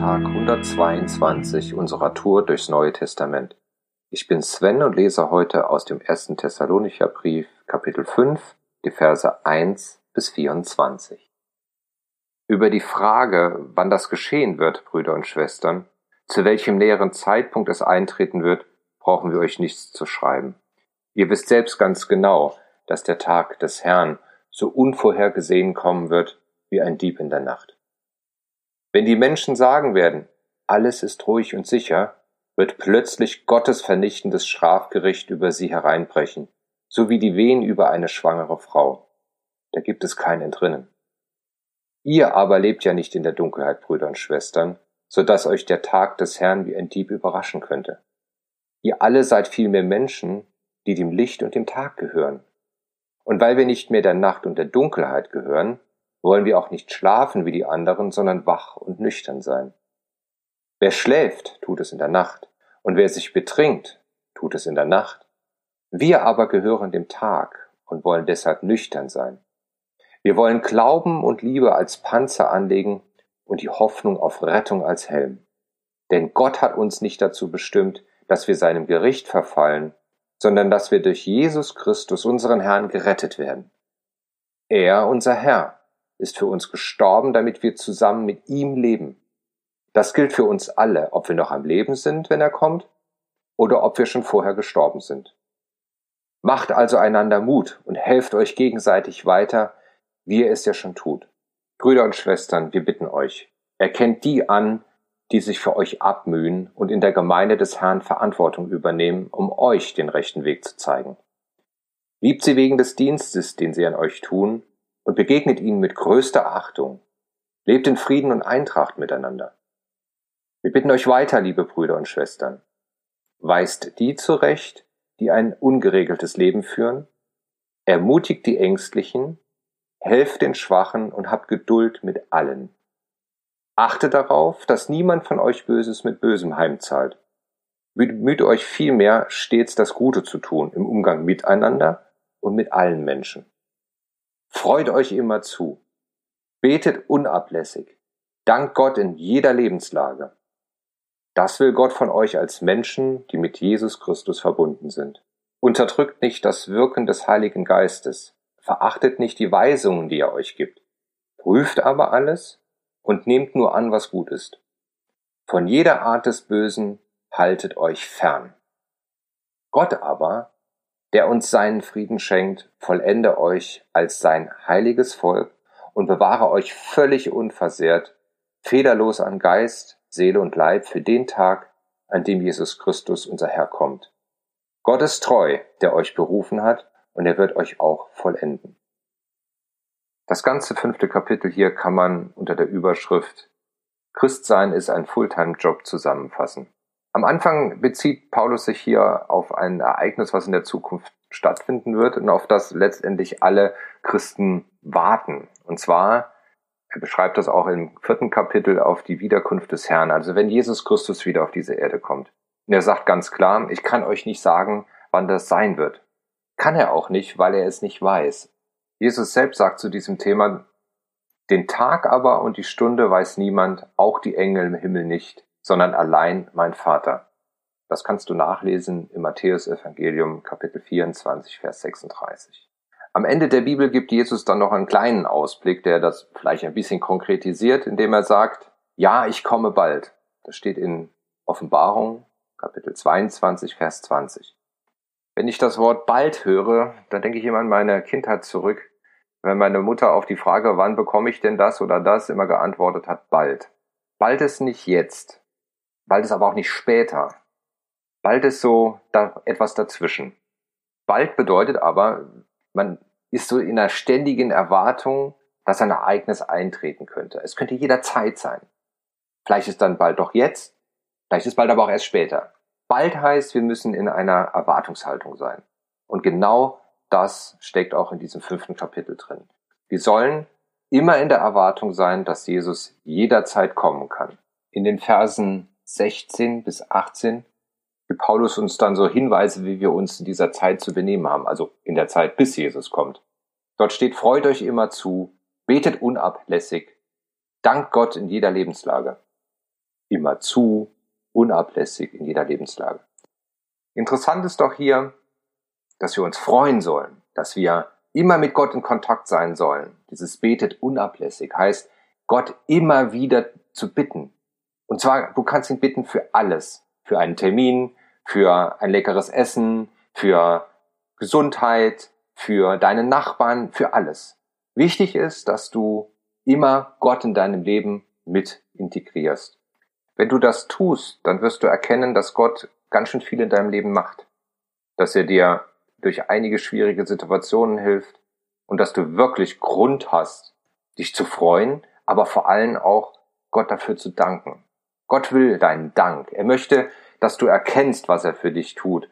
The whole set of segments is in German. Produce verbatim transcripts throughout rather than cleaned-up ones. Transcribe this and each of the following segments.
Tag hundertzweiundzwanzig unserer Tour durchs Neue Testament. Ich bin Sven und lese heute aus dem ersten Thessalonicher Brief, Kapitel fünf, die Verse eins bis vierundzwanzig. Über die Frage, wann das geschehen wird, Brüder und Schwestern, zu welchem näheren Zeitpunkt es eintreten wird, brauchen wir euch nichts zu schreiben. Ihr wisst selbst ganz genau, dass der Tag des Herrn so unvorhergesehen kommen wird wie ein Dieb in der Nacht. Wenn die Menschen sagen werden, alles ist ruhig und sicher, wird plötzlich Gottes vernichtendes Strafgericht über sie hereinbrechen, so wie die Wehen über eine schwangere Frau. Da gibt es kein Entrinnen. Ihr aber lebt ja nicht in der Dunkelheit, Brüder und Schwestern, so dass euch der Tag des Herrn wie ein Dieb überraschen könnte. Ihr alle seid vielmehr Menschen, die dem Licht und dem Tag gehören. Und weil wir nicht mehr der Nacht und der Dunkelheit gehören, wollen wir auch nicht schlafen wie die anderen, sondern wach und nüchtern sein. Wer schläft, tut es in der Nacht, und wer sich betrinkt, tut es in der Nacht. Wir aber gehören dem Tag und wollen deshalb nüchtern sein. Wir wollen Glauben und Liebe als Panzer anlegen und die Hoffnung auf Rettung als Helm. Denn Gott hat uns nicht dazu bestimmt, dass wir seinem Gericht verfallen, sondern dass wir durch Jesus Christus, unseren Herrn, gerettet werden. Er, unser Herr, ist für uns gestorben, damit wir zusammen mit ihm leben. Das gilt für uns alle, ob wir noch am Leben sind, wenn er kommt, oder ob wir schon vorher gestorben sind. Macht also einander Mut und helft euch gegenseitig weiter, wie ihr es ja schon tut. Brüder und Schwestern, wir bitten euch, erkennt die an, die sich für euch abmühen und in der Gemeinde des Herrn Verantwortung übernehmen, um euch den rechten Weg zu zeigen. Liebt sie wegen des Dienstes, den sie an euch tun, und begegnet ihnen mit größter Achtung. Lebt in Frieden und Eintracht miteinander. Wir bitten euch weiter, liebe Brüder und Schwestern. Weist die zurecht, die ein ungeregeltes Leben führen, ermutigt die Ängstlichen, helft den Schwachen und habt Geduld mit allen. Achtet darauf, dass niemand von euch Böses mit Bösem heimzahlt. Bemüht euch vielmehr, stets das Gute zu tun, im Umgang miteinander und mit allen Menschen. Freut euch immer zu. Betet unablässig. Dankt Gott in jeder Lebenslage. Das will Gott von euch als Menschen, die mit Jesus Christus verbunden sind. Unterdrückt nicht das Wirken des Heiligen Geistes. Verachtet nicht die Weisungen, die er euch gibt. Prüft aber alles und nehmt nur an, was gut ist. Von jeder Art des Bösen haltet euch fern. Gott aber, der uns seinen Frieden schenkt, vollende euch als sein heiliges Volk und bewahre euch völlig unversehrt, fehlerlos an Geist, Seele und Leib für den Tag, an dem Jesus Christus unser Herr kommt. Gott ist treu, der euch berufen hat, und er wird euch auch vollenden. Das ganze fünfte Kapitel hier kann man unter der Überschrift Christsein ist ein Fulltime-Job zusammenfassen. Am Anfang bezieht Paulus sich hier auf ein Ereignis, was in der Zukunft stattfinden wird und auf das letztendlich alle Christen warten. Und zwar, er beschreibt das auch im vierten Kapitel, auf die Wiederkunft des Herrn, also wenn Jesus Christus wieder auf diese Erde kommt. Und er sagt ganz klar, ich kann euch nicht sagen, wann das sein wird. Kann er auch nicht, weil er es nicht weiß. Jesus selbst sagt zu diesem Thema, den Tag aber und die Stunde weiß niemand, auch die Engel im Himmel nicht, sondern allein mein Vater. Das kannst du nachlesen im Matthäus-Evangelium, Kapitel vierundzwanzig, Vers sechsunddreißig. Am Ende der Bibel gibt Jesus dann noch einen kleinen Ausblick, der das vielleicht ein bisschen konkretisiert, indem er sagt, ja, ich komme bald. Das steht in Offenbarung, Kapitel zweiundzwanzig, Vers zwanzig. Wenn ich das Wort bald höre, dann denke ich immer an meine Kindheit zurück, wenn meine Mutter auf die Frage, wann bekomme ich denn das oder das, immer geantwortet hat, bald. Bald ist nicht jetzt. Bald ist aber auch nicht später. Bald ist so da etwas dazwischen. Bald bedeutet aber, man ist so in einer ständigen Erwartung, dass ein Ereignis eintreten könnte. Es könnte jederzeit sein. Vielleicht ist dann bald doch jetzt, vielleicht ist bald aber auch erst später. Bald heißt, wir müssen in einer Erwartungshaltung sein. Und genau das steckt auch in diesem fünften Kapitel drin. Wir sollen immer in der Erwartung sein, dass Jesus jederzeit kommen kann. In den Versen sechzehn bis achtzehn gibt Paulus uns dann so Hinweise, wie wir uns in dieser Zeit zu benehmen haben, also in der Zeit, bis Jesus kommt. Dort steht, freut euch immer zu, betet unablässig, dankt Gott in jeder Lebenslage. immerzu, unablässig in jeder Lebenslage. Interessant ist doch hier, dass wir uns freuen sollen, dass wir immer mit Gott in Kontakt sein sollen. Dieses betet unablässig heißt, Gott immer wieder zu bitten. Und zwar, du kannst ihn bitten für alles. Für einen Termin, für ein leckeres Essen, für Gesundheit, für deinen Nachbarn, für alles. Wichtig ist, dass du immer Gott in deinem Leben mit integrierst. Wenn du das tust, dann wirst du erkennen, dass Gott ganz schön viel in deinem Leben macht. Dass er dir durch einige schwierige Situationen hilft und dass du wirklich Grund hast, dich zu freuen, aber vor allem auch Gott dafür zu danken. Gott will deinen Dank. Er möchte, dass du erkennst, was er für dich tut.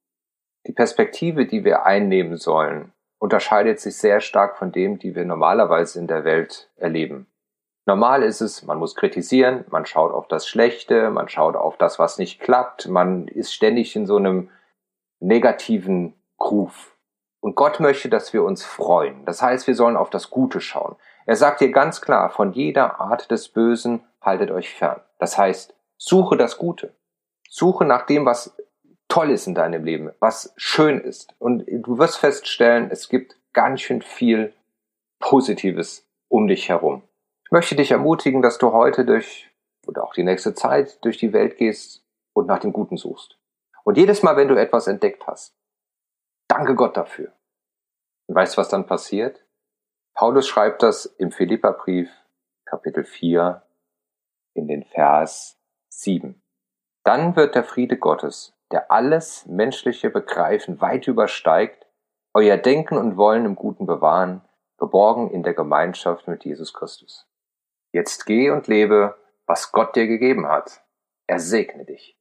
Die Perspektive, die wir einnehmen sollen, unterscheidet sich sehr stark von dem, die wir normalerweise in der Welt erleben. Normal ist es, man muss kritisieren, man schaut auf das Schlechte, man schaut auf das, was nicht klappt, man ist ständig in so einem negativen Ruf. Und Gott möchte, dass wir uns freuen. Das heißt, wir sollen auf das Gute schauen. Er sagt dir ganz klar, von jeder Art des Bösen haltet euch fern. Das heißt, suche das Gute. Suche nach dem, was toll ist in deinem Leben, was schön ist. Und du wirst feststellen, es gibt ganz schön viel Positives um dich herum. Ich möchte dich ermutigen, dass du heute durch, oder auch die nächste Zeit, durch die Welt gehst und nach dem Guten suchst. Und jedes Mal, wenn du etwas entdeckt hast, danke Gott dafür. Und weißt du, was dann passiert? Paulus schreibt das im Philipperbrief, Kapitel vier, in den Vers sieben. Dann wird der Friede Gottes, der alles menschliche Begreifen weit übersteigt, euer Denken und Wollen im Guten bewahren, geborgen in der Gemeinschaft mit Jesus Christus. Jetzt geh und lebe, was Gott dir gegeben hat. Er segne dich.